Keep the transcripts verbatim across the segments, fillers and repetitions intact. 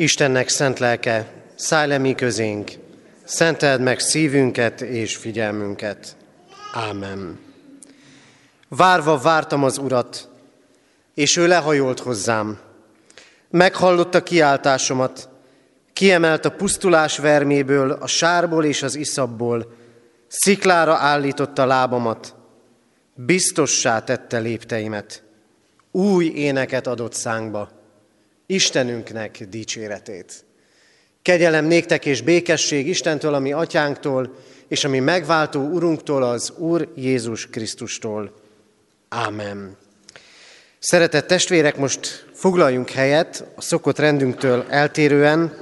Istennek szent lelke, szállj le mi közénk, szenteld meg szívünket és figyelmünket. Ámen. Várva vártam az Urat, és ő lehajolt hozzám. Meghallotta kiáltásomat, kiemelt a pusztulás verméből, a sárból és az iszapból, sziklára állította lábamat, biztossá tette lépteimet, új éneket adott szánkba, Istenünknek dicséretét. Kegyelem néktek és békesség Istentől, ami atyánktól, és ami megváltó Urunktól, az Úr Jézus Krisztustól. Ámen. Szeretett testvérek, most foglaljunk helyet a szokott rendünktől eltérően.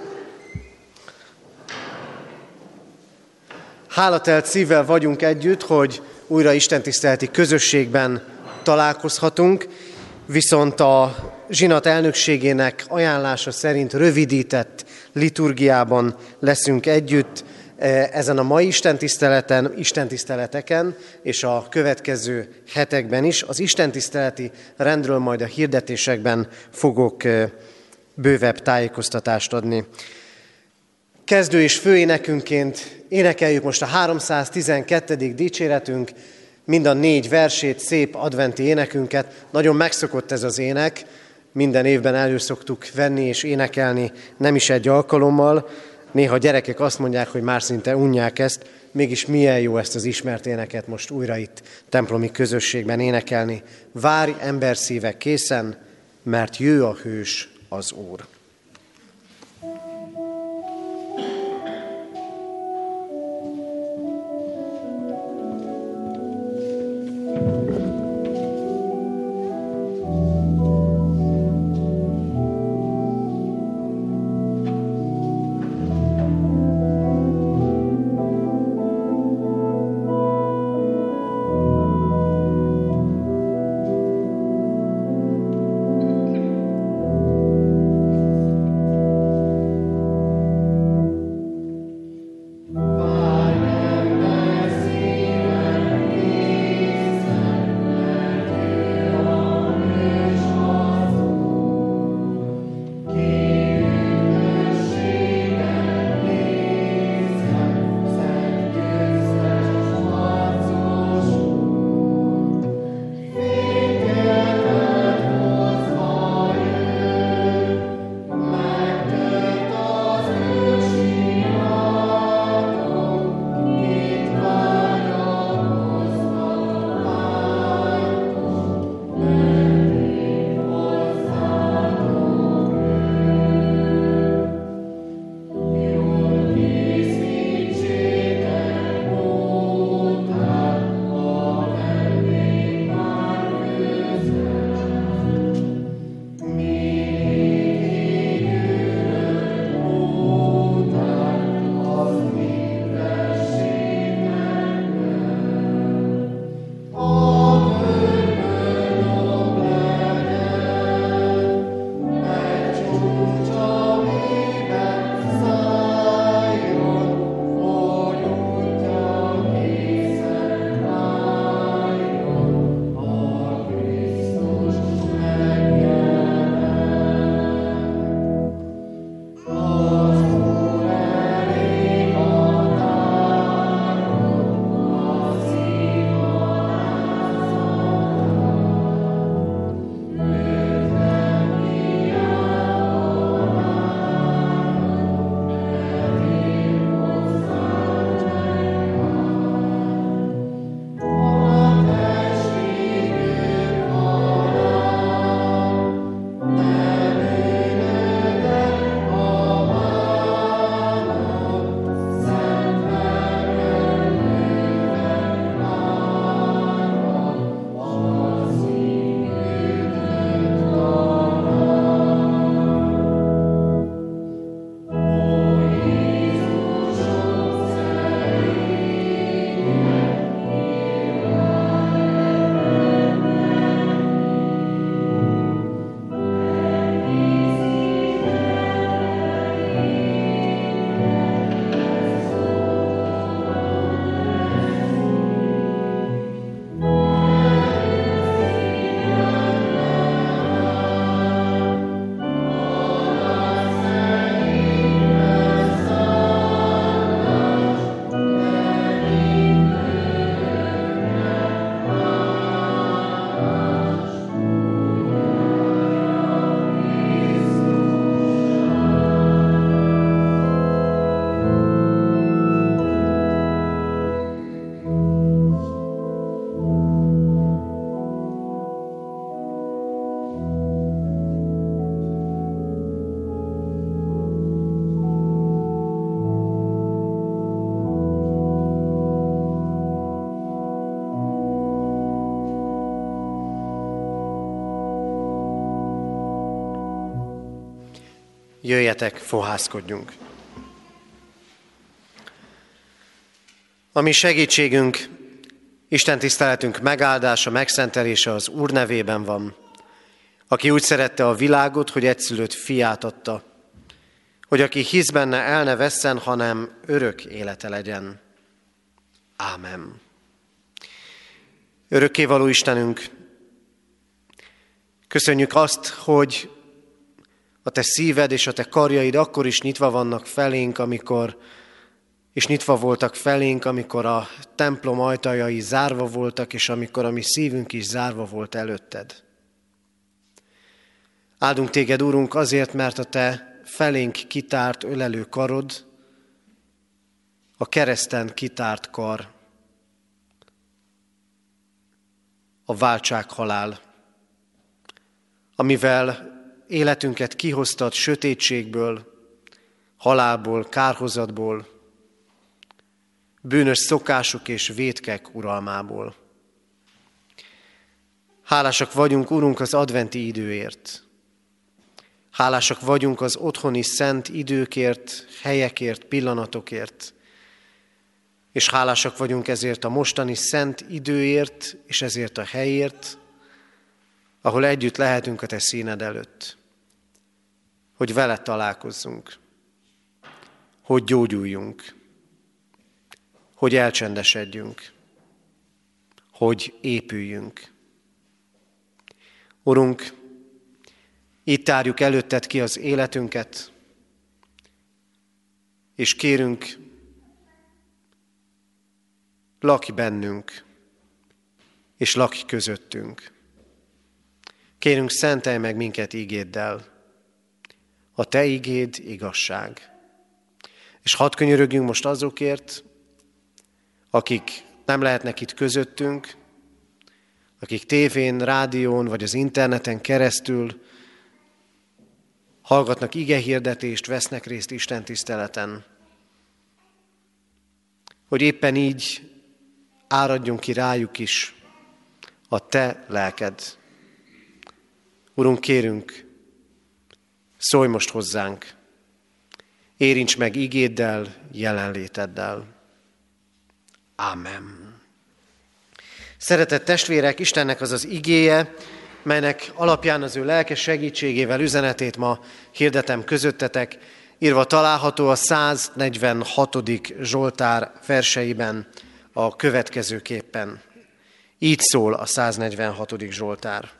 Hálatelt szívvel vagyunk együtt, hogy újra istentiszteleti közösségben találkozhatunk, viszont a zsinat elnökségének ajánlása szerint rövidített liturgiában leszünk együtt ezen a mai istentiszteleten, istentiszteleteken és a következő hetekben is. Az istentiszteleti rendről majd a hirdetésekben fogok bővebb tájékoztatást adni. Kezdő és főénekünként énekeljük most a háromszáztizenkettedik dicséretünk, mind a négy versét, szép adventi énekünket. Nagyon megszokott ez az ének, minden évben elő szoktuk venni és énekelni, nem is egy alkalommal. Néha gyerekek azt mondják, hogy már szinte unják ezt, mégis milyen jó ezt az ismert éneket most újra itt templomi közösségben énekelni. Várj ember szíve készen, mert jő a hős, az Úr. jöjjetek, fohászkodjunk. A mi segítségünk, Isten tiszteletünk megáldása, megszentelése az Úr nevében van, aki úgy szerette a világot, hogy egyszülött fiát adta, hogy aki hisz benne, el ne vesszen, hanem örök élete legyen. Ámen. Örökkévaló Istenünk, köszönjük azt, hogy a te szíved és a te karjaid akkor is nyitva vannak felénk, amikor, és nyitva voltak felénk, amikor a templom ajtajai zárva voltak, és amikor a mi szívünk is zárva volt előtted. Áldunk téged, Úrunk, azért, mert a te felénk kitárt ölelő karod, a kereszten kitárt kar, a váltsághalál, amivel életünket kihoztad sötétségből, halálból, kárhozatból, bűnös szokások és vétkek uralmából. Hálásak vagyunk, Urunk, az adventi időért. Hálásak vagyunk az otthoni szent időkért, helyekért, pillanatokért. És hálásak vagyunk ezért a mostani szent időért, és ezért a helyért, ahol együtt lehetünk a te színed előtt. Hogy veled találkozzunk, hogy gyógyuljunk, hogy elcsendesedjünk, hogy épüljünk. Urunk, itt tárjuk előtted ki az életünket, és kérünk, lakj bennünk, és lakj közöttünk. Kérünk, szentelj meg minket ígéddel. A te ígéd igazság. És hadd könyörögjünk most azokért, akik nem lehetnek itt közöttünk, akik tévén, rádión vagy az interneten keresztül hallgatnak igehirdetést, vesznek részt Isten tiszteleten. Hogy éppen így áradjon ki rájuk is a te lelked. Urunk, kérünk, szólj most hozzánk, érints meg igéddel, jelenléteddel. Ámen. Szeretett testvérek, Istennek az az igéje, melynek alapján az ő lelkes segítségével üzenetét ma hirdetem közöttetek, írva található a száznegyvenhatodik Zsoltár verseiben a következőképpen. Így szól a száznegyvenhatodik Zsoltár.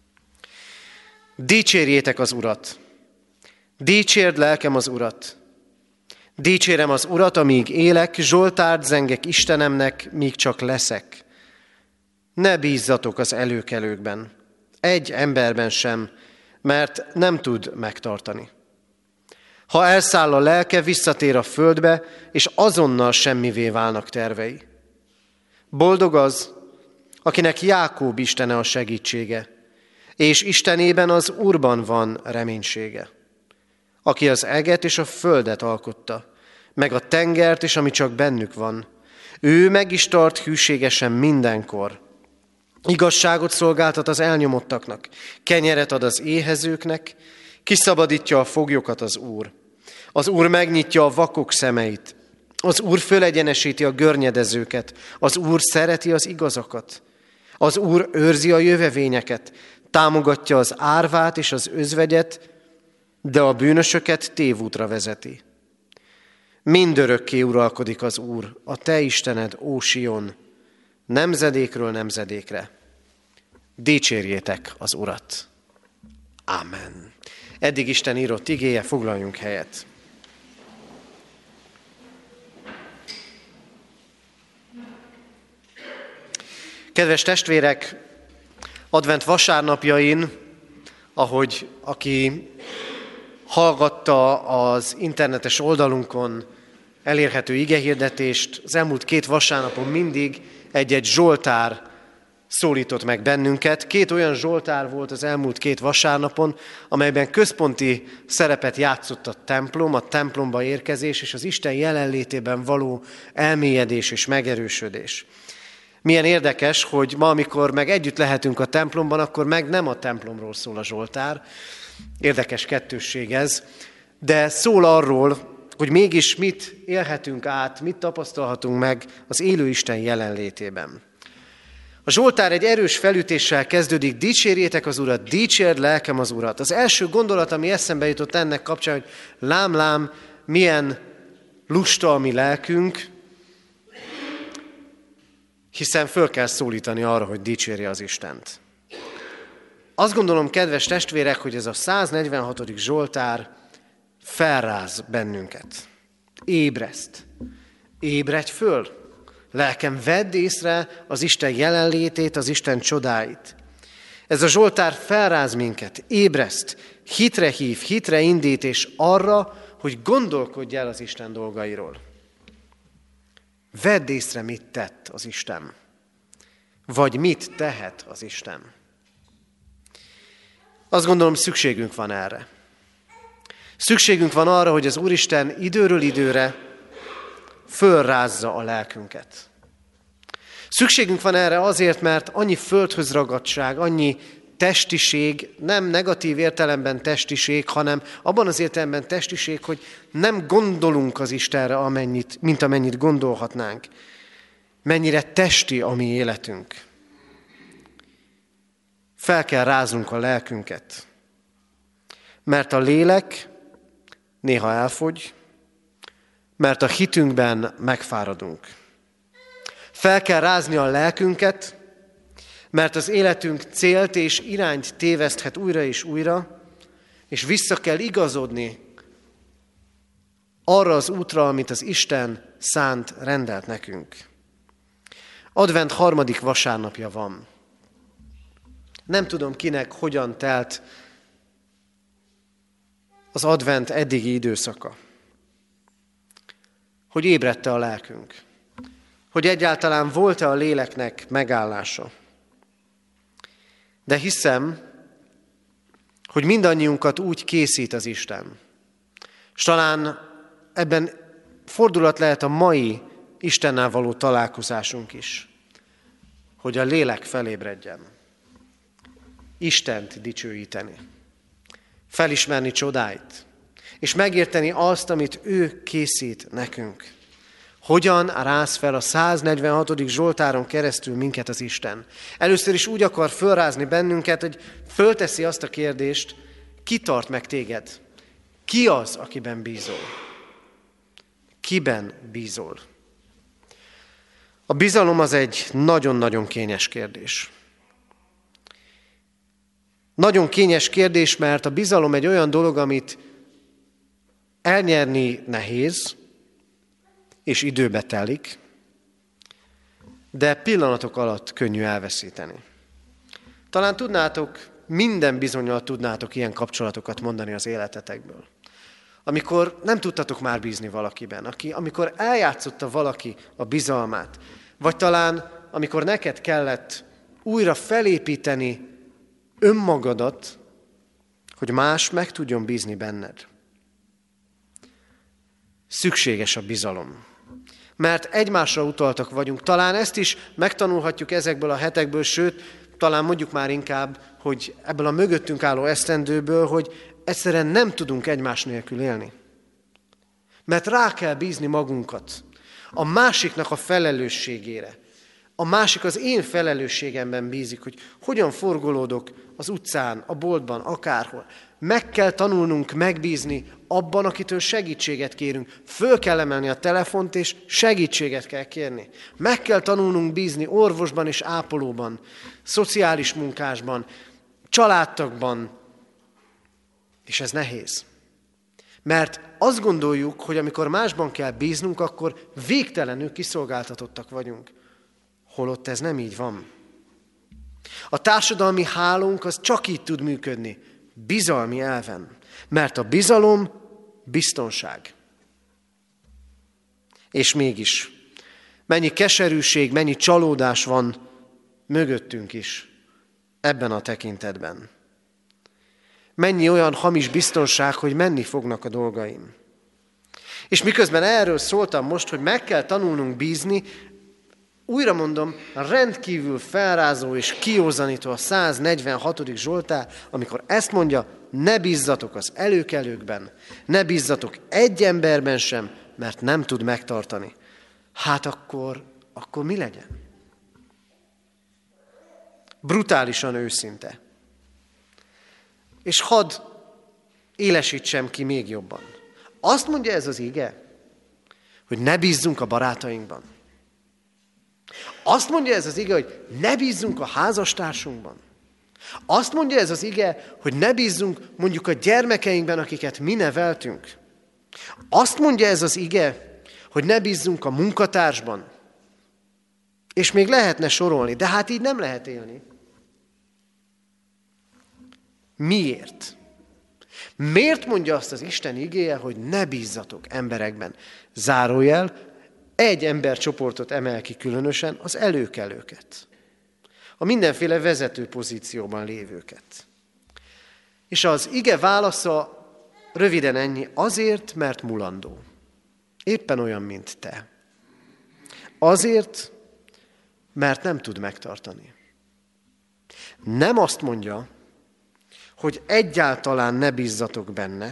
Dicsérjétek az Urat! Dicsérd lelkem az Urat! Dicsérem az Urat, amíg élek, zsoltárt zengek Istenemnek, míg csak leszek. Ne bízzatok az előkelőkben, egy emberben sem, mert nem tud megtartani. Ha elszáll a lelke, visszatér a földbe, és azonnal semmivé válnak tervei. Boldog az, akinek Jákób Istene a segítsége, és Istenében az Úrban van reménysége. Aki az eget és a földet alkotta, meg a tengert és ami csak bennük van. Ő meg is tart hűségesen mindenkor. Igazságot szolgáltat az elnyomottaknak, kenyeret ad az éhezőknek, kiszabadítja a foglyokat az Úr. Az Úr megnyitja a vakok szemeit, az Úr fölegyenesíti a görnyedezőket, az Úr szereti az igazakat. Az Úr őrzi a jövevényeket, támogatja az árvát és az özvegyet, de a bűnösöket tévútra vezeti. Mindörökké uralkodik az Úr, a te Istened, ó Sion, nemzedékről nemzedékre. Dicsérjétek az Urat. Ámen. Eddig Isten írott igéje, foglaljunk helyet. Kedves testvérek, advent vasárnapjain, ahogy aki hallgatta az internetes oldalunkon elérhető igehirdetést, az elmúlt két vasárnapon mindig egy-egy zsoltár szólított meg bennünket. Két olyan zsoltár volt az elmúlt két vasárnapon, amelyben központi szerepet játszott a templom, a templomba érkezés és az Isten jelenlétében való elmélyedés és megerősödés. Milyen érdekes, hogy ma, amikor meg együtt lehetünk a templomban, akkor meg nem a templomról szól a zsoltár. Érdekes kettősség ez. de szól arról, hogy mégis mit élhetünk át, mit tapasztalhatunk meg az élő Isten jelenlétében. A Zsoltár egy erős felütéssel kezdődik, dicsérjétek az Urat, dicsérd lelkem az Urat. Az első gondolat, ami eszembe jutott ennek kapcsán, hogy lám, lám, milyen lusta a mi lelkünk, hiszen föl kell szólítani arra, hogy dicsérje az Istent. Azt gondolom, kedves testvérek, hogy ez a száznegyvenhatodik Zsoltár felráz bennünket. Ébreszt. Ébredj föl. Lelkem, vedd észre az Isten jelenlétét, az Isten csodáit. Ez a Zsoltár felráz minket, ébreszt, hitre hív, hitre indít, és arra, hogy gondolkodj el az Isten dolgairól. Vedd észre, mit tett az Isten, vagy mit tehet az Isten. Azt gondolom, szükségünk van erre. Szükségünk van arra, hogy az Úristen időről időre fölrázza a lelkünket. Szükségünk van erre azért, mert annyi földhöz ragadtság, annyi testiség, nem negatív értelemben testiség, hanem abban az értelemben testiség, hogy nem gondolunk az Istenre, amennyit, mint amennyit gondolhatnánk. Mennyire testi a mi életünk. Fel kell ráznunk a lelkünket, mert a lélek néha elfogy, mert a hitünkben megfáradunk. Fel kell rázni a lelkünket, mert az életünk célt és irányt téveszthet újra és újra, és vissza kell igazodni arra az útra, amit az Isten szánt, rendelt nekünk. Advent harmadik vasárnapja van. Nem tudom, kinek hogyan telt az advent eddigi időszaka. Hogy ébredte a lelkünk. Hogy egyáltalán volt-e a léleknek megállása. De hiszem, hogy mindannyiunkat úgy készít az Isten. És talán ebben fordulat lehet a mai Istennel való találkozásunk is. Hogy a lélek felébredjen. Istent dicsőíteni. Felismerni csodáit. És megérteni azt, amit ő készít nekünk. Hogyan ráz fel a száznegyvenhatodik Zsoltáron keresztül minket az Isten? Először is úgy akar fölrázni bennünket, hogy fölteszi azt a kérdést, ki tart meg téged? Ki az, akiben bízol? Kiben bízol? A bizalom az egy nagyon-nagyon kényes kérdés. Nagyon kényes kérdés, mert a bizalom egy olyan dolog, amit elnyerni nehéz, és időbe telik, de pillanatok alatt könnyű elveszíteni. Talán tudnátok, minden bizonnyal tudnátok ilyen kapcsolatokat mondani az életetekből. Amikor nem tudtatok már bízni valakiben, aki, amikor eljátszotta valaki a bizalmát, vagy talán amikor neked kellett újra felépíteni önmagadat, hogy más meg tudjon bízni benned. Szükséges a bizalom. Mert egymásra utaltak vagyunk. Talán ezt is megtanulhatjuk ezekből a hetekből, sőt, talán mondjuk már inkább, hogy ebből a mögöttünk álló esztendőből, hogy egyszerűen nem tudunk egymás nélkül élni. Mert rá kell bízni magunkat a másiknak a felelősségére. A másik az én felelősségemben bízik, hogy hogyan forgolódok az utcán, a boltban, akárhol. Meg kell tanulnunk megbízni abban, akitől segítséget kérünk. Föl kell emelni a telefont, és segítséget kell kérni. Meg kell tanulnunk bízni orvosban és ápolóban, szociális munkásban, családtagban. És ez nehéz. Mert azt gondoljuk, hogy amikor másban kell bíznunk, akkor végtelenül kiszolgáltatottak vagyunk. Holott ez nem így van. A társadalmi hálónk az csak így tud működni, bizalmi elven. Mert a bizalom biztonság. És mégis, mennyi keserűség, mennyi csalódás van mögöttünk is ebben a tekintetben. Mennyi olyan hamis biztonság, hogy menni fognak a dolgaim. És miközben erről szóltam most, hogy meg kell tanulnunk bízni, újra mondom, rendkívül felrázó és kiózanító a száznegyvenhatodik Zsoltár, amikor ezt mondja, ne bízzatok az előkelőkben, ne bízzatok egy emberben sem, mert nem tud megtartani. Hát akkor, akkor mi legyen? Brutálisan őszinte. És hadd élesítsem ki még jobban. Azt mondja ez az ige, hogy ne bízzunk a barátainkban. Azt mondja ez az ige, hogy ne bízzunk a házastársunkban. Azt mondja ez az ige, hogy ne bízzunk mondjuk a gyermekeinkben, akiket mi neveltünk. Azt mondja ez az ige, hogy ne bízzunk a munkatársban. És még lehetne sorolni, de hát így nem lehet élni. Miért? Miért mondja azt az Isten igéje, hogy ne bízzatok emberekben? Zárójel, egy embercsoportot emel ki különösen, az előkelőket. A mindenféle vezető pozícióban lévőket. És az ige válasza röviden ennyi, azért, mert mulandó. Éppen olyan, mint te. Azért, mert nem tud megtartani. Nem azt mondja, hogy egyáltalán ne bízzatok benne,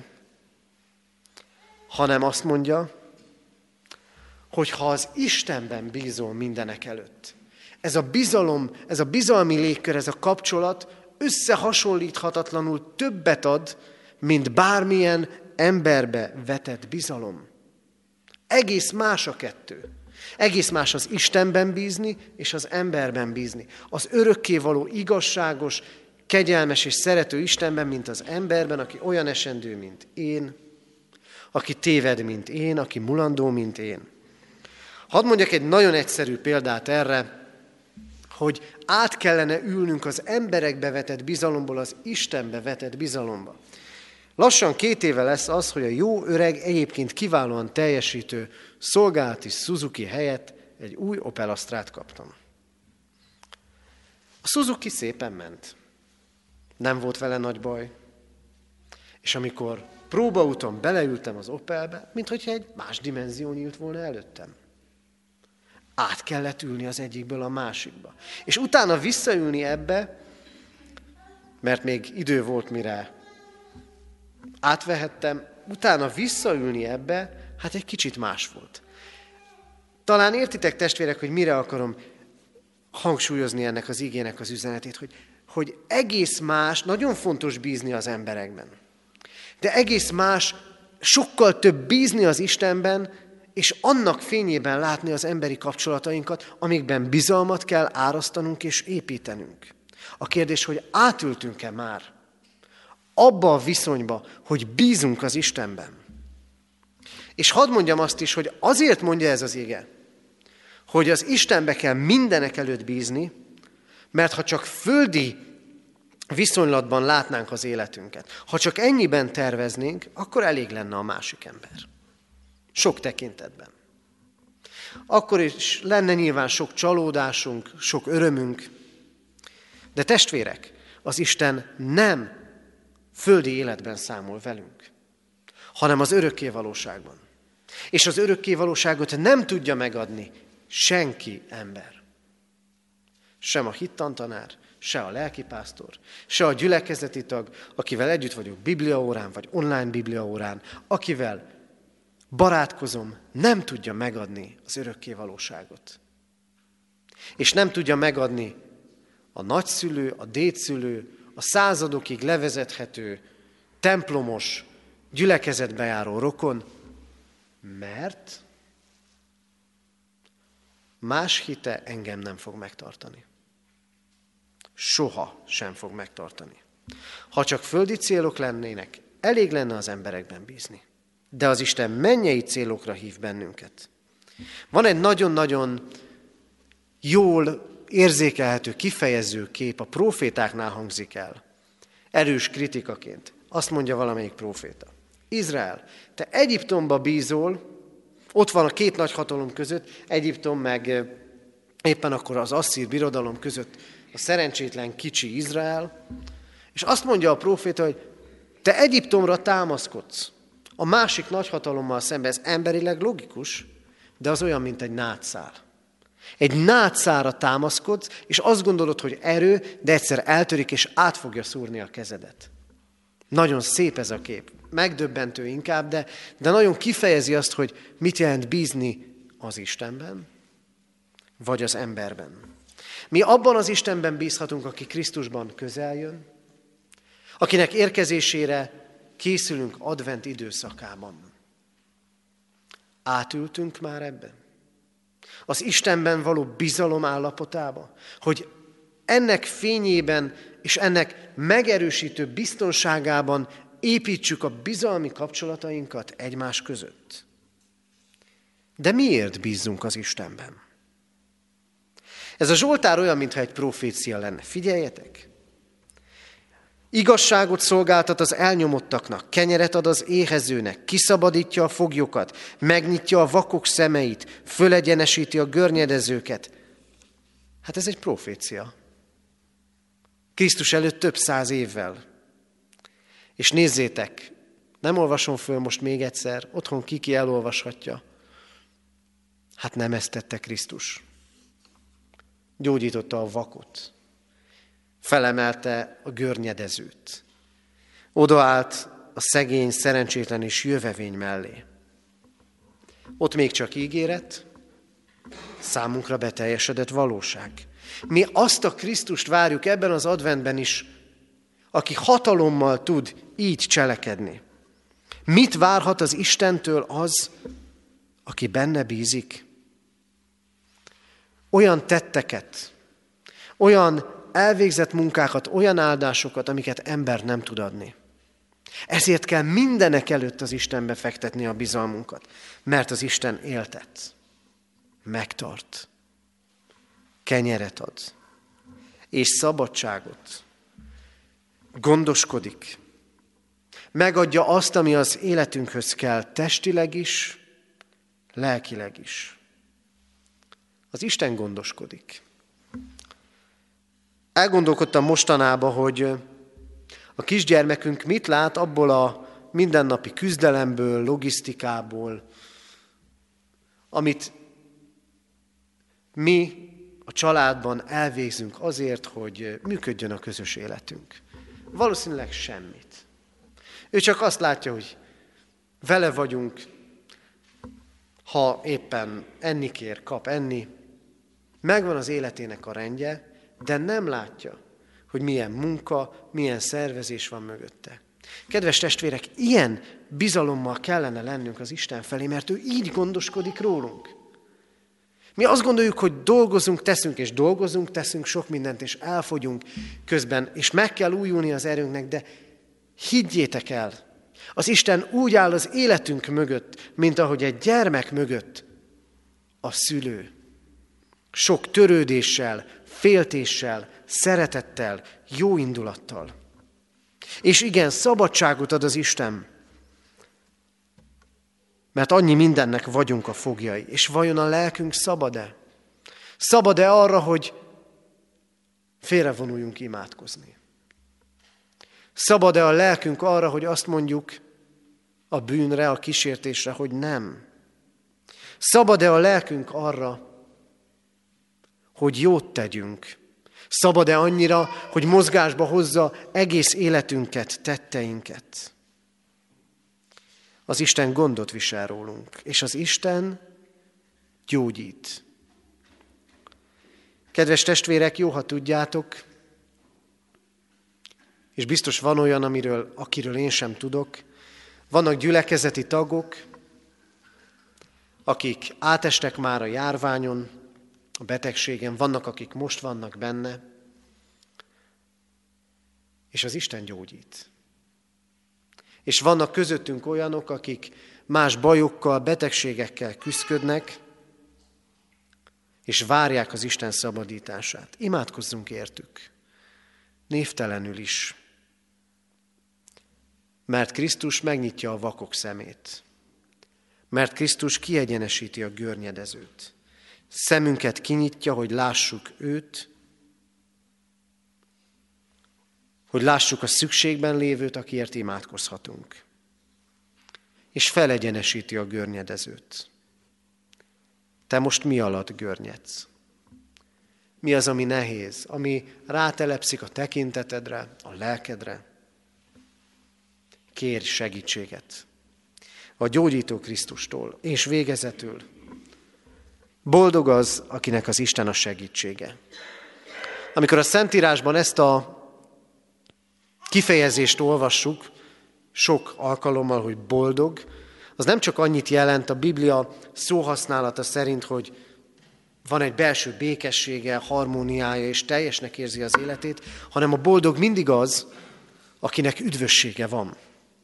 hanem azt mondja, hogy ha az Istenben bízol mindenek előtt, ez a bizalom, ez a bizalmi légkör, ez a kapcsolat összehasonlíthatatlanul többet ad, mint bármilyen emberbe vetett bizalom. Egész más a kettő. Egész más az Istenben bízni, és az emberben bízni. Az örökkévaló, igazságos, kegyelmes és szerető Istenben, mint az emberben, aki olyan esendő, mint én, aki téved, mint én, aki mulandó, mint én. Hadd mondjak egy nagyon egyszerű példát erre, hogy át kellene ülnünk az emberekbe vetett bizalomból az Istenbe vetett bizalomba. Lassan két éve lesz az, hogy a jó öreg, egyébként kiválóan teljesítő szolgálati Suzuki helyett egy új Opel Astrát kaptam. A Suzuki szépen ment. Nem volt vele nagy baj. És amikor próbaúton beleültem az Opelbe, minthogyha egy más dimenzió nyílt volna előttem. Át kellett ülni az egyikből a másikba. És utána visszaülni ebbe, mert még idő volt, mire átvehettem, utána visszaülni ebbe, hát egy kicsit más volt. Talán értitek, testvérek, hogy mire akarom hangsúlyozni ennek az igének az üzenetét, hogy, hogy egész más, nagyon fontos bízni az emberekben. De egész más, sokkal több bízni az Istenben, és annak fényében látni az emberi kapcsolatainkat, amikben bizalmat kell árasztanunk és építenünk. A kérdés, hogy átültünk-e már abba a viszonyba, hogy bízunk az Istenben. És hadd mondjam azt is, hogy azért mondja ez az ige, hogy az Istenbe kell mindenek előtt bízni, mert ha csak földi viszonylatban látnánk az életünket, ha csak ennyiben terveznénk, akkor elég lenne a másik ember. Sok tekintetben. Akkor is lenne nyilván sok csalódásunk, sok örömünk, de testvérek, az Isten nem földi életben számol velünk, hanem az örökké valóságban. És az örökké valóságot nem tudja megadni senki ember. Sem a hittantanár, se a lelkipásztor, se a gyülekezeti tag, akivel együtt vagyok bibliaórán, vagy online bibliaórán, akivel barátkozom, nem tudja megadni az örökké valóságot. És nem tudja megadni a nagyszülő, a dédszülő, a századokig levezethető, templomos, gyülekezetbe járó rokon, mert más hite engem nem fog megtartani. Soha sem fog megtartani. Ha csak földi célok lennének, elég lenne az emberekben bízni. De az Isten mennyei célokra hív bennünket. Van egy nagyon-nagyon jól érzékelhető, kifejező kép, a prófétáknál hangzik el. Erős kritikaként. Azt mondja valamelyik próféta. Izrael, te Egyiptomba bízol, ott van a két nagy hatalom között, Egyiptom meg éppen akkor az asszír birodalom között a szerencsétlen kicsi Izrael, és azt mondja a próféta, hogy te Egyiptomra támaszkodsz. A másik nagyhatalommal szemben, ez emberileg logikus, de az olyan, mint egy nátszál. Egy nátszálra támaszkodsz, és azt gondolod, hogy erő, de egyszer eltörik, és át fogja szúrni a kezedet. Nagyon szép ez a kép, megdöbbentő inkább, de, de nagyon kifejezi azt, hogy mit jelent bízni az Istenben, vagy az emberben. Mi abban az Istenben bízhatunk, aki Krisztusban közel jön, akinek érkezésére készülünk advent időszakában. Átültünk már ebbe? Az Istenben való bizalom állapotába, hogy ennek fényében és ennek megerősítő biztonságában építsük a bizalmi kapcsolatainkat egymás között. De miért bízzunk az Istenben? Ez a Zsoltár olyan, mintha egy profécia lenne. Figyeljetek! Igazságot szolgáltat az elnyomottaknak, kenyeret ad az éhezőnek, kiszabadítja a foglyokat, megnyitja a vakok szemeit, fölegyenesíti a görnyedezőket. Hát ez egy profécia. Krisztus előtt több száz évvel. És nézzétek, nem olvasom föl most még egyszer, otthon kiki elolvashatja. Hát nem ezt tette Krisztus. Gyógyította a vakot. Felemelte a görnyedezőt. Odaállt a szegény, szerencsétlen és jövevény mellé. Ott még csak ígéret, számunkra beteljesedett valóság. Mi azt a Krisztust várjuk ebben az adventben is, aki hatalommal tud így cselekedni. Mit várhat az Istentől az, aki benne bízik? Olyan tetteket, olyan elvégzett munkákat, olyan áldásokat, amiket ember nem tud adni. Ezért kell mindenek előtt az Istenbe fektetni a bizalmunkat, mert az Isten éltet, megtart, kenyeret ad, és szabadságot, gondoskodik, megadja azt, ami az életünkhöz kell, testileg is, lelkileg is. Az Isten gondoskodik. Elgondolkodtam mostanában, hogy a kisgyermekünk mit lát abból a mindennapi küzdelemből, logisztikából, amit mi a családban elvégzünk azért, hogy működjön a közös életünk. Valószínűleg semmit. Ő csak azt látja, hogy vele vagyunk, ha éppen enni kér, kap enni, megvan az életének a rendje, de nem látja, hogy milyen munka, milyen szervezés van mögötte. Kedves testvérek, ilyen bizalommal kellene lennünk az Isten felé, mert ő így gondoskodik rólunk. Mi azt gondoljuk, hogy dolgozunk, teszünk, és dolgozunk, teszünk sok mindent, és elfogyunk közben, és meg kell újulni az erőnknek, de higgyétek el, az Isten úgy áll az életünk mögött, mint ahogy egy gyermek mögött a szülő. Sok törődéssel, féltéssel, szeretettel, jó indulattal. És igen, szabadságot ad az Isten, mert annyi mindennek vagyunk a foglyai. És vajon a lelkünk szabad-e? Szabad-e arra, hogy félrevonuljunk imádkozni? Szabad-e a lelkünk arra, hogy azt mondjuk a bűnre, a kísértésre, hogy nem? Szabad-e a lelkünk arra, hogy jót tegyünk? Szabad-e annyira, hogy mozgásba hozza egész életünket, tetteinket? Az Isten gondot visel rólunk, és az Isten gyógyít. Kedves testvérek, jó, ha tudjátok, és biztos van olyan, amiről, akiről én sem tudok, vannak gyülekezeti tagok, akik átestek már a járványon, a betegségen, vannak, akik most vannak benne, és az Isten gyógyít. És vannak közöttünk olyanok, akik más bajokkal, betegségekkel küszködnek, és várják az Isten szabadítását. Imádkozzunk értük, névtelenül is, mert Krisztus megnyitja a vakok szemét, mert Krisztus kiegyenesíti a görnyedezőt. Szemünket kinyitja, hogy lássuk őt, hogy lássuk a szükségben lévőt, akiért imádkozhatunk. És felegyenesíti a görnyedezőt. Te most mi alatt görnyedsz? Mi az, ami nehéz, ami rátelepszik a tekintetedre, a lelkedre? kérj segítséget a gyógyító Krisztustól, és végezetül boldog az, akinek az Isten a segítsége. Amikor a Szentírásban ezt a kifejezést olvassuk, sok alkalommal, hogy boldog, az nem csak annyit jelent a Biblia szóhasználata szerint, hogy van egy belső békessége, harmóniája, és teljesnek érzi az életét, hanem a boldog mindig az, akinek üdvössége van.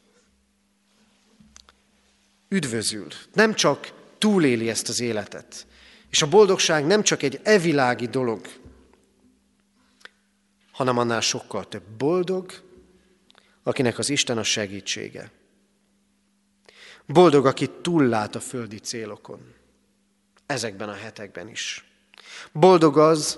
Üdvözül, nem csak túléli ezt az életet. És a boldogság nem csak egy evilági dolog, hanem annál sokkal több. Boldog, akinek az Isten a segítsége. Boldog, aki túllát a földi célokon. Ezekben a hetekben is. Boldog az,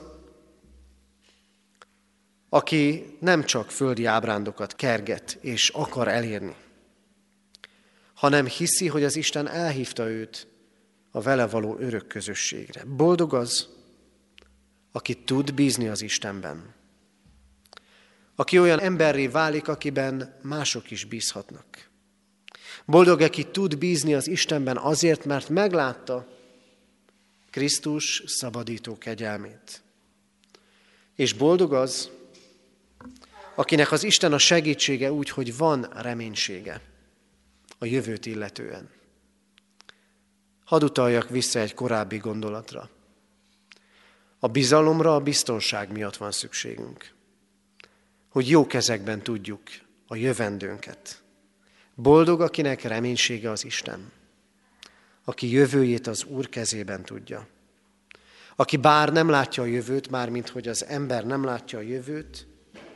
aki nem csak földi ábrándokat kerget és akar elérni, hanem hiszi, hogy az Isten elhívta őt a vele való örök közösségre. Boldog az, aki tud bízni az Istenben. Aki olyan emberré válik, akiben mások is bízhatnak. Boldog, aki tud bízni az Istenben azért, mert meglátta Krisztus szabadító kegyelmét. És boldog az, akinek az Isten a segítsége úgy, hogy van reménysége a jövőt illetően. Hadd utaljak vissza egy korábbi gondolatra. A bizalomra a biztonság miatt van szükségünk. Hogy jó kezekben tudjuk a jövendőnket. Boldog, akinek reménysége az Isten. Aki jövőjét az Úr kezében tudja. Aki bár nem látja a jövőt, mármint hogy az ember nem látja a jövőt,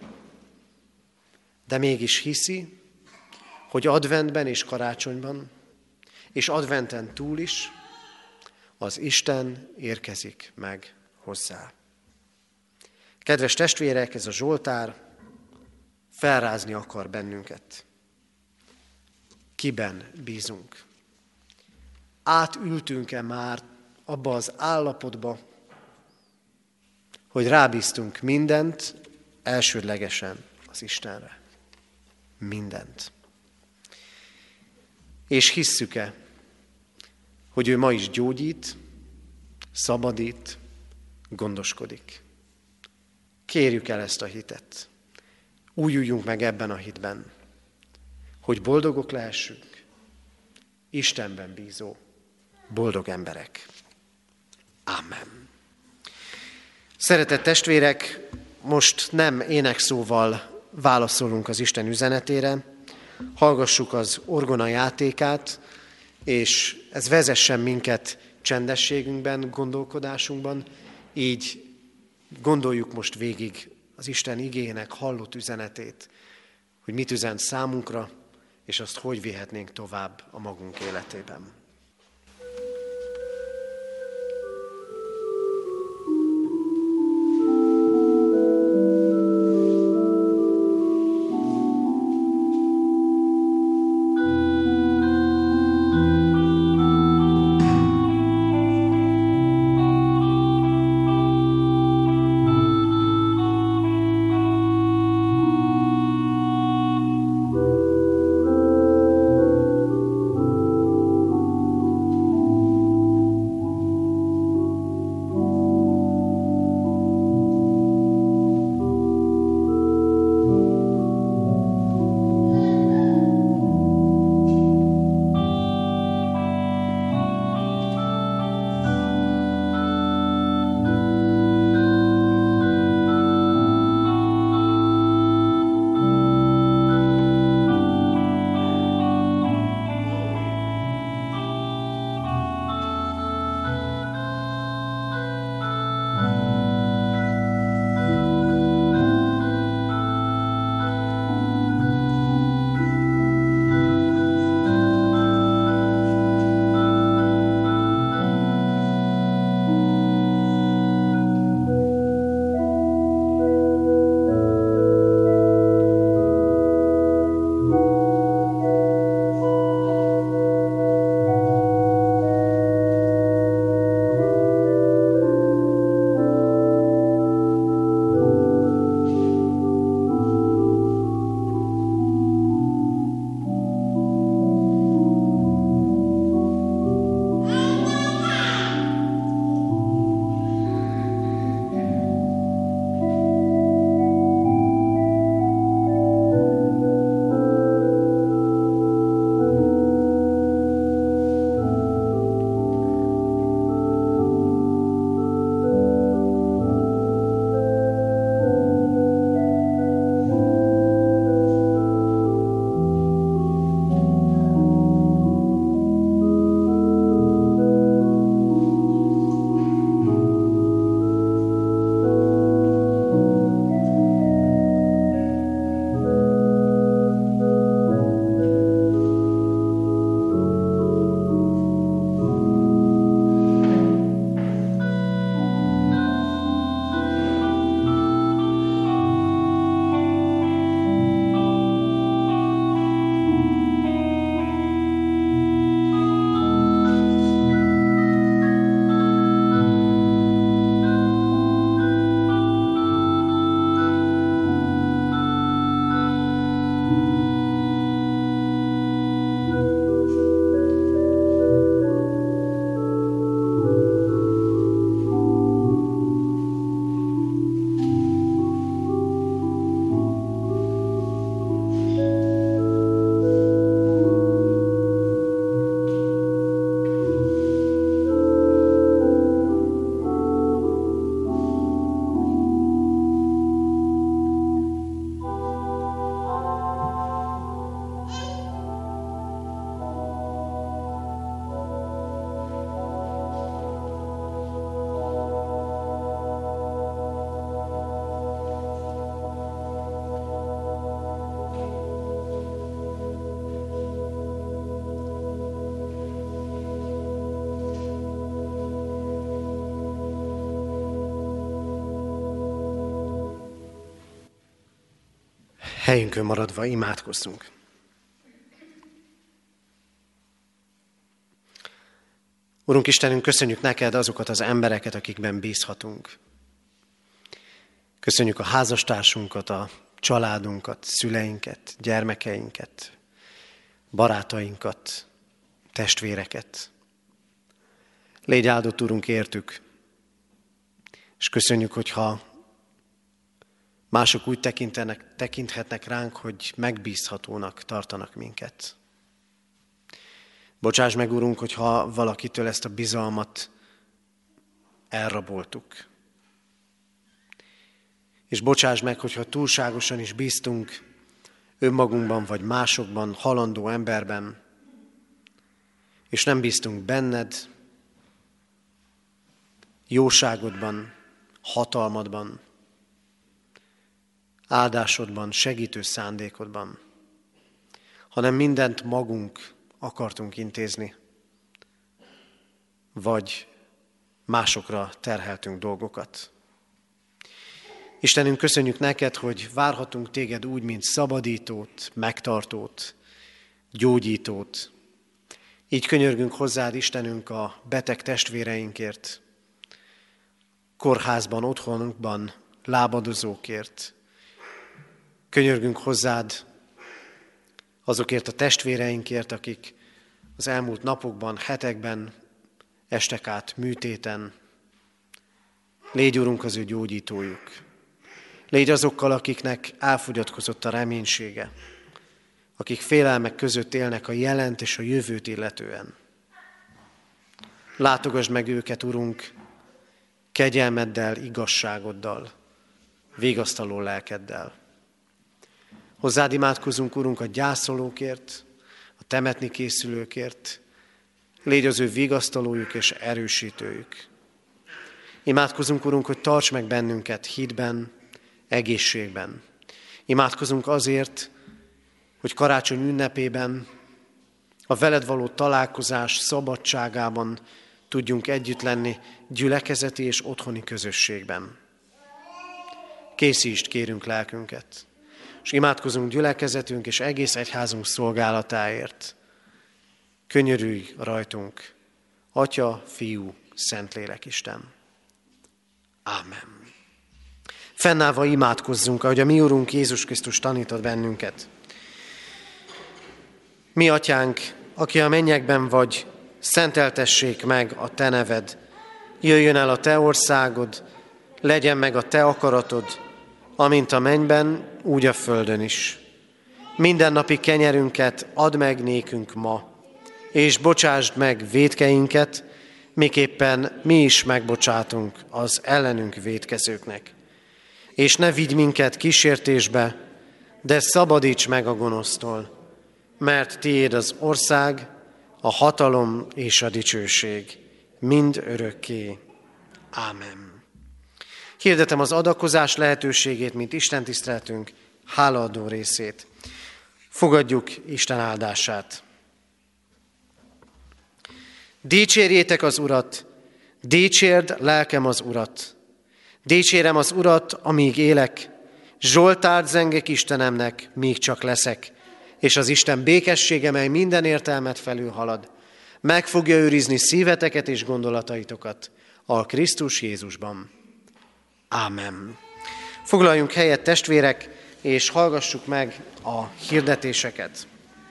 de mégis hiszi, hogy adventben és karácsonyban, és adventen túl is, az Isten érkezik meg hozzá. Kedves testvérek, ez a Zsoltár felrázni akar bennünket. Kiben bízunk? Átültünk-e már abba az állapotba, hogy rábíztunk mindent elsődlegesen az Istenre? Mindent. És hisszük-e, hogy ő ma is gyógyít, szabadít, gondoskodik? Kérjük el ezt a hitet. Újuljunk meg ebben a hitben, hogy boldogok lehessünk, Istenben bízó, boldog emberek. Amen. Szeretett testvérek, most nem énekszóval válaszolunk az Isten üzenetére, hallgassuk az orgona játékát, és ez vezessen minket csendességünkben, gondolkodásunkban, így gondoljuk most végig az Isten igének hallott üzenetét, hogy mit üzen számunkra, és azt hogy vihetnénk tovább a magunk életében. Helyünkön maradva imádkozzunk. Urunk Istenünk, köszönjük neked azokat az embereket, akikben bízhatunk. Köszönjük a házastársunkat, a családunkat, szüleinket, gyermekeinket, barátainkat, testvéreket. Légy áldott, Urunk, értük, és köszönjük, hogyha mások úgy tekintenek, tekinthetnek ránk, hogy megbízhatónak tartanak minket. Bocsáss meg, Urunk, hogyha valakitől ezt a bizalmat elraboltuk. És bocsáss meg, hogyha túlságosan is bíztunk önmagunkban vagy másokban, halandó emberben, és nem bíztunk benned, jóságodban, hatalmadban, áldásodban, segítő szándékodban, hanem mindent magunk akartunk intézni, vagy másokra terheltünk dolgokat. Istenünk, köszönjük neked, hogy várhatunk téged úgy, mint szabadítót, megtartót, gyógyítót. Így könyörgünk hozzád, Istenünk, a beteg testvéreinkért, kórházban, otthonunkban lábadozókért. Könyörgünk hozzád azokért a testvéreinkért, akik az elmúlt napokban, hetekben estek át műtéten. Légy, Urunk, az ő gyógyítójuk. Légy azokkal, akiknek elfogyatkozott a reménysége, akik félelmek között élnek a jelent és a jövőt illetően. Látogasd meg őket, Urunk, kegyelmeddel, igazságoddal, vigasztaló lelkeddel. Hozzád imádkozunk, Urunk, a gyászolókért, a temetni készülőkért. Légy az ő vigasztalójuk és erősítőjük. Imádkozunk, Urunk, hogy tarts meg bennünket hitben, egészségben. Imádkozunk azért, hogy karácsony ünnepében, a veled való találkozás szabadságában tudjunk együtt lenni gyülekezeti és otthoni közösségben. Készítsd, kérünk, lelkünket, és imádkozunk gyülekezetünk és egész egyházunk szolgálatáért. Könyörülj rajtunk, Atya, Fiú, Szentlélek Isten. Ámen. Fennállva imádkozzunk, ahogy a mi Urunk Jézus Krisztus tanított bennünket. Mi, Atyánk, aki a mennyekben vagy, szenteltessék meg a te neved. Jöjjön el a te országod, legyen meg a te akaratod, amint a mennyben, úgy a földön is. Mindennapi kenyerünket add meg nékünk ma, és bocsásd meg vétkeinket, miképpen mi is megbocsátunk az ellenünk vétkezőknek. És ne vigy minket kísértésbe, de szabadíts meg a gonosztól, mert tiéd az ország, a hatalom és a dicsőség mind örökké. Ámen. Hirdetem az adakozás lehetőségét, mint Isten tiszteletünk hálaadó részét. Fogadjuk Isten áldását. Dicsérjétek az Urat, dicsérd lelkem az Urat. Dicsérem az Urat, amíg élek, zsoltárt zengek Istenemnek, míg csak leszek, és az Isten békessége, mely minden értelmet felülhalad, meg fogja őrizni szíveteket és gondolataitokat a Krisztus Jézusban. Ámen. Foglaljunk helyet, testvérek, és hallgassuk meg a hirdetéseket.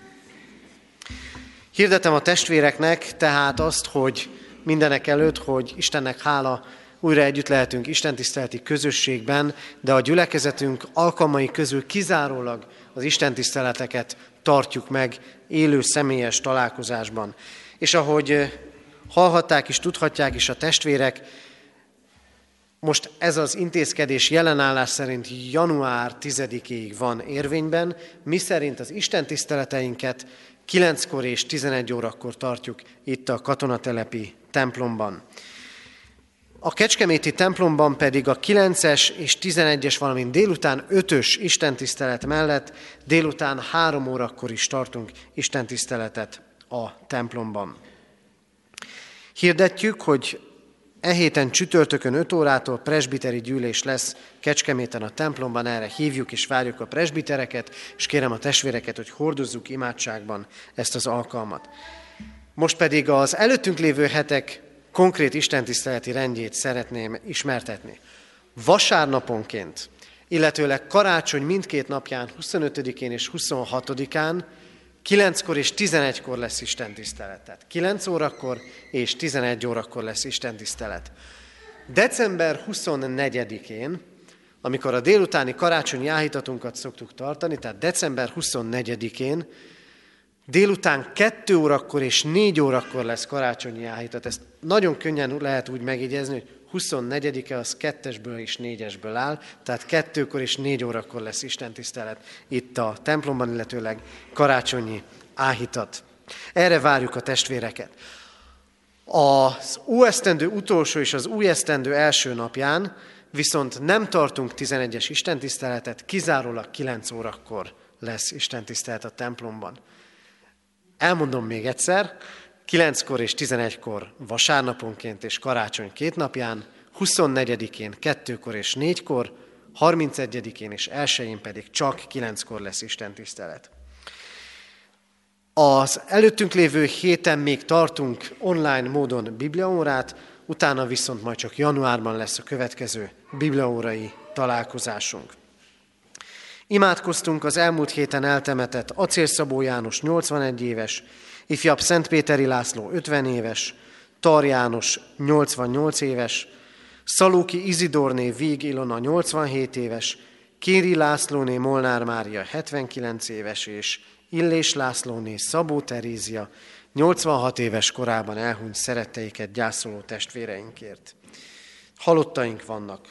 Hirdetem a testvéreknek tehát azt, hogy mindenek előtt, hogy Istennek hála, újra együtt lehetünk istentiszteleti közösségben, de a gyülekezetünk alkalmai közül kizárólag az istentiszteleteket tartjuk meg élő személyes találkozásban. És ahogy hallhatták és tudhatják is a testvérek, most ez az intézkedés jelenállás szerint január tizedikéig van érvényben, miszerint az istentiszteleteinket kilenckor és tizenegy órakor tartjuk itt a katonatelepi templomban. A kecskeméti templomban pedig a kilences és tizenegyes, valamint délután ötös istentisztelet mellett délután három órakor is tartunk istentiszteletet a templomban. Hirdetjük, hogy E héten csütörtökön öt órától presbiteri gyűlés lesz Kecskeméten a templomban, erre hívjuk és várjuk a presbitereket, és kérem a testvéreket, hogy hordozzuk imádságban ezt az alkalmat. Most pedig az előttünk lévő hetek konkrét istentiszteleti rendjét szeretném ismertetni. Vasárnaponként, illetőleg karácsony mindkét napján, huszonötödikén és huszonhatodikán, kilenckor és tizenegykor lesz istentisztelet. Tehát kilenc órakor és tizenegy órakor lesz istentisztelet. december huszonnegyedikén, amikor a délutáni karácsonyi áhítatunkat szoktuk tartani, tehát december huszonnegyedikén, délután kettő órakor és négy órakor lesz karácsonyi áhítat. Ezt nagyon könnyen lehet úgy megjegyezni, hogy huszonnegyedike az kettesből és négyesből áll, tehát kettőkor és négy órakor lesz istentisztelet itt a templomban, illetőleg karácsonyi áhítat. Erre várjuk a testvéreket. Az óesztendő utolsó és az új esztendő első napján viszont nem tartunk tizenegyes istentiszteletet, kizárólag kilenc órakor lesz istentisztelet a templomban. Elmondom még egyszer, kilenckor és tizenegykor vasárnaponként és karácsony két napján, huszonnegyedikén kettőkor és négykor, harmincegyedikén és elsején pedig csak kilenckor lesz istentisztelet. Az előttünk lévő héten még tartunk online módon bibliaórát, utána viszont majd csak januárban lesz a következő bibliaórai találkozásunk. Imádkoztunk az elmúlt héten eltemetett Acél Szabó János nyolcvanegy éves, ifjabb Szentpéteri László ötven éves, Tar János nyolcvannyolc éves, Szalóki Izidorné Víg Ilona nyolcvanhét éves, Kéri Lászlóné Molnár Mária hetvenkilenc éves, és Illés Lászlóné Szabó Terézia nyolcvanhat éves korában elhunyt szeretteiket gyászoló testvéreinkért. Halottaink vannak.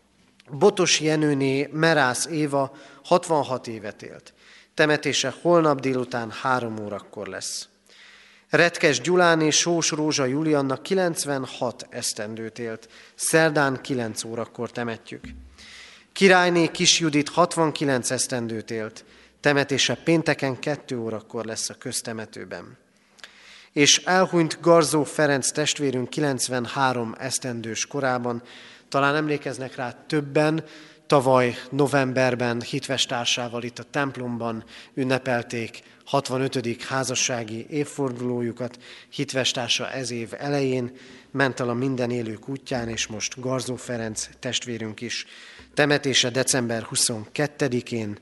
Botos Jenőné Merász Éva hatvanhat évet élt. Temetése holnap délután három órakor lesz. Retkes Gyuláné Sós Rózsa Julianna kilencvenhat esztendőt élt. Szerdán kilenc órakor temetjük. Királyné Kis Judit hatvankilenc esztendőt élt. Temetése pénteken kettő órakor lesz a köztemetőben. És elhunyt Garzó Ferenc testvérünk kilencvenhárom esztendős korában. Talán emlékeznek rá többen, tavaly novemberben hitvestársával itt a templomban ünnepelték hatvanötödik házassági évfordulójukat. Hitvestársa ez év elején ment el a minden élők útján, és most Garzó Ferenc testvérünk is. Temetése december huszonkettedikén,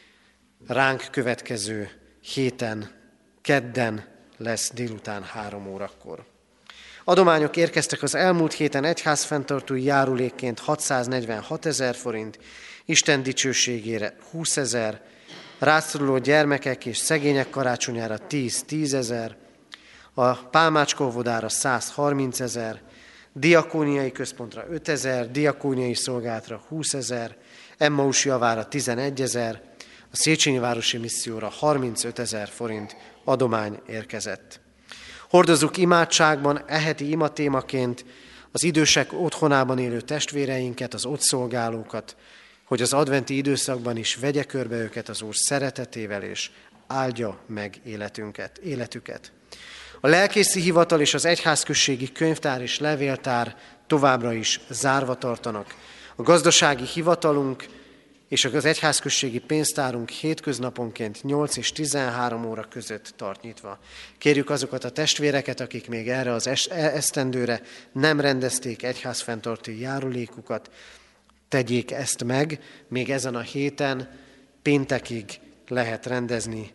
ránk következő héten, kedden lesz délután három órakor. Adományok érkeztek az elmúlt héten egyházfenntartói járulékként hatszáznegyvenhat ezer forint, Isten dicsőségére húszezer, rászoruló gyermekek és szegények karácsonyára tíz-tíz ezer, a Pálmácska-óvodára százharminc ezer, diakóniai központra ötezer, diakóniai szolgálatra húszezer, Emmaus javára tizenegy ezer, a Széchenyi Városi Misszióra harmincöt ezer forint adomány érkezett. Hordozzuk imádságban eheti imatémaként az idősek otthonában élő testvéreinket, az ott szolgálókat, hogy az adventi időszakban is vegye körbe őket az Úr szeretetével, és áldja meg életünket, életüket. A lelkészi hivatal és az egyházközségi könyvtár és levéltár továbbra is zárva tartanak. A gazdasági hivatalunk és az egyházközségi pénztárunk hétköznaponként nyolc és tizenhárom óra között tart nyitva. Kérjük azokat a testvéreket, akik még erre az esztendőre nem rendezték egyházfenntartói járulékukat, tegyék ezt meg, még ezen a héten péntekig lehet rendezni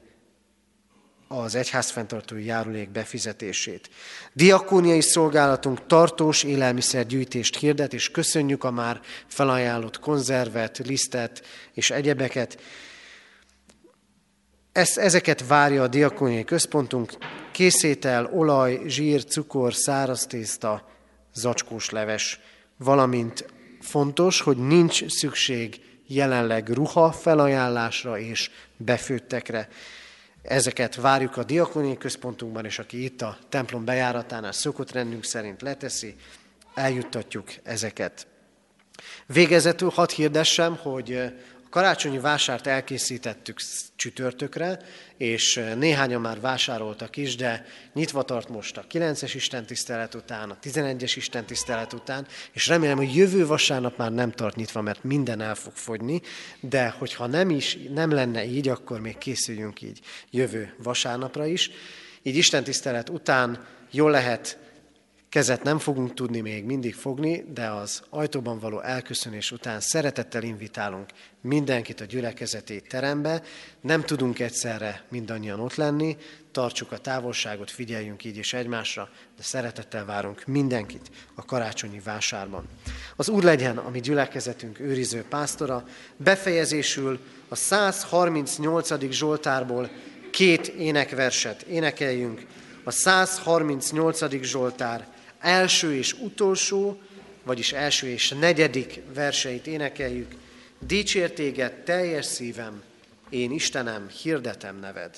az egyházfenntartói járulék befizetését. Diakóniai szolgálatunk tartós élelmiszergyűjtést hirdet, és köszönjük a már felajánlott konzervet, lisztet és egyebeket. Ezt, ezeket várja a diakóniai központunk: készétel, olaj, zsír, cukor, száraz tészta, zacskós leves, valamint fontos, hogy nincs szükség jelenleg ruha felajánlásra és befőttekre. Ezeket várjuk a diakóniai központunkban, és aki itt a templom bejáratánál szokott rendünk szerint leteszi, eljuttatjuk ezeket. Végezetül hadd hirdessem, hogy a karácsonyi vásárt elkészítettük csütörtökre, és néhányan már vásároltak is, de nyitva tart most a kilences istentisztelet után, a tizenegyes istentisztelet után, és remélem, hogy jövő vasárnap már nem tart nyitva, mert minden el fog fogyni, de hogyha nem is, nem lenne így, akkor még készüljünk így jövő vasárnapra is. Így istentisztelet után jól lehet, kezet nem fogunk tudni még mindig fogni, de az ajtóban való elköszönés után szeretettel invitálunk mindenkit a gyülekezeti terembe. Nem tudunk egyszerre mindannyian ott lenni, tartsuk a távolságot, figyeljünk így is egymásra, de szeretettel várunk mindenkit a karácsonyi vásárban. Az Úr legyen a mi gyülekezetünk őriző pásztora, befejezésül a száz harmincnyolcadik Zsoltárból két énekverset énekeljünk. A száz harmincnyolcadik Zsoltár első és utolsó, vagyis első és negyedik verseit énekeljük. Dicsér téged teljes szívem, én Istenem, hirdetem neved.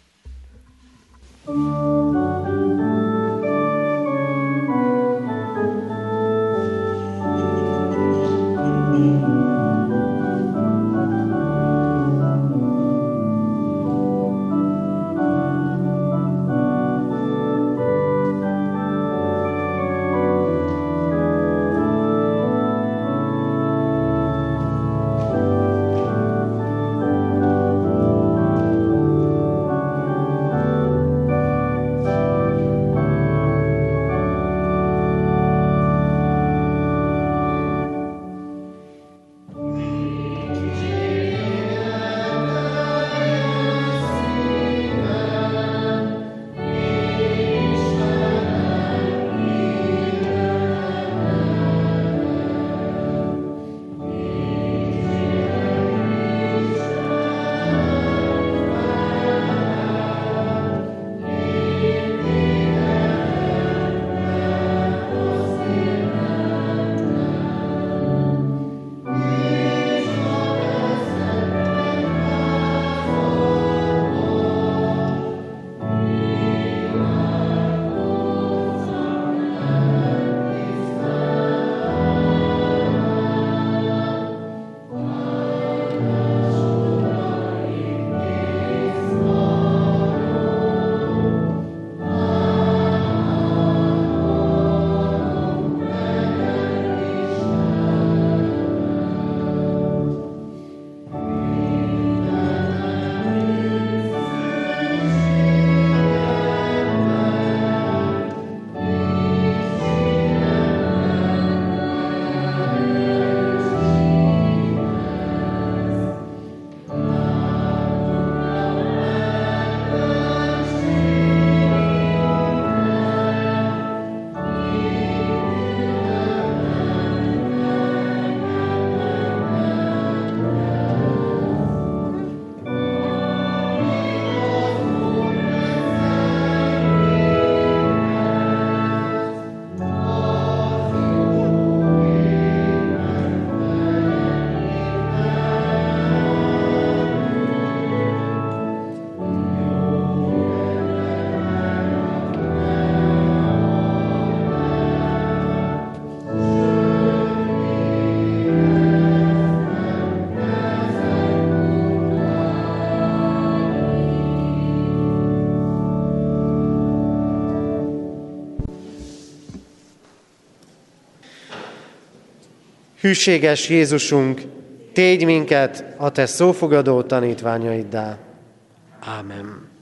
Hűséges Jézusunk, tégy minket a te szófogadó tanítványaiddá. Ámen.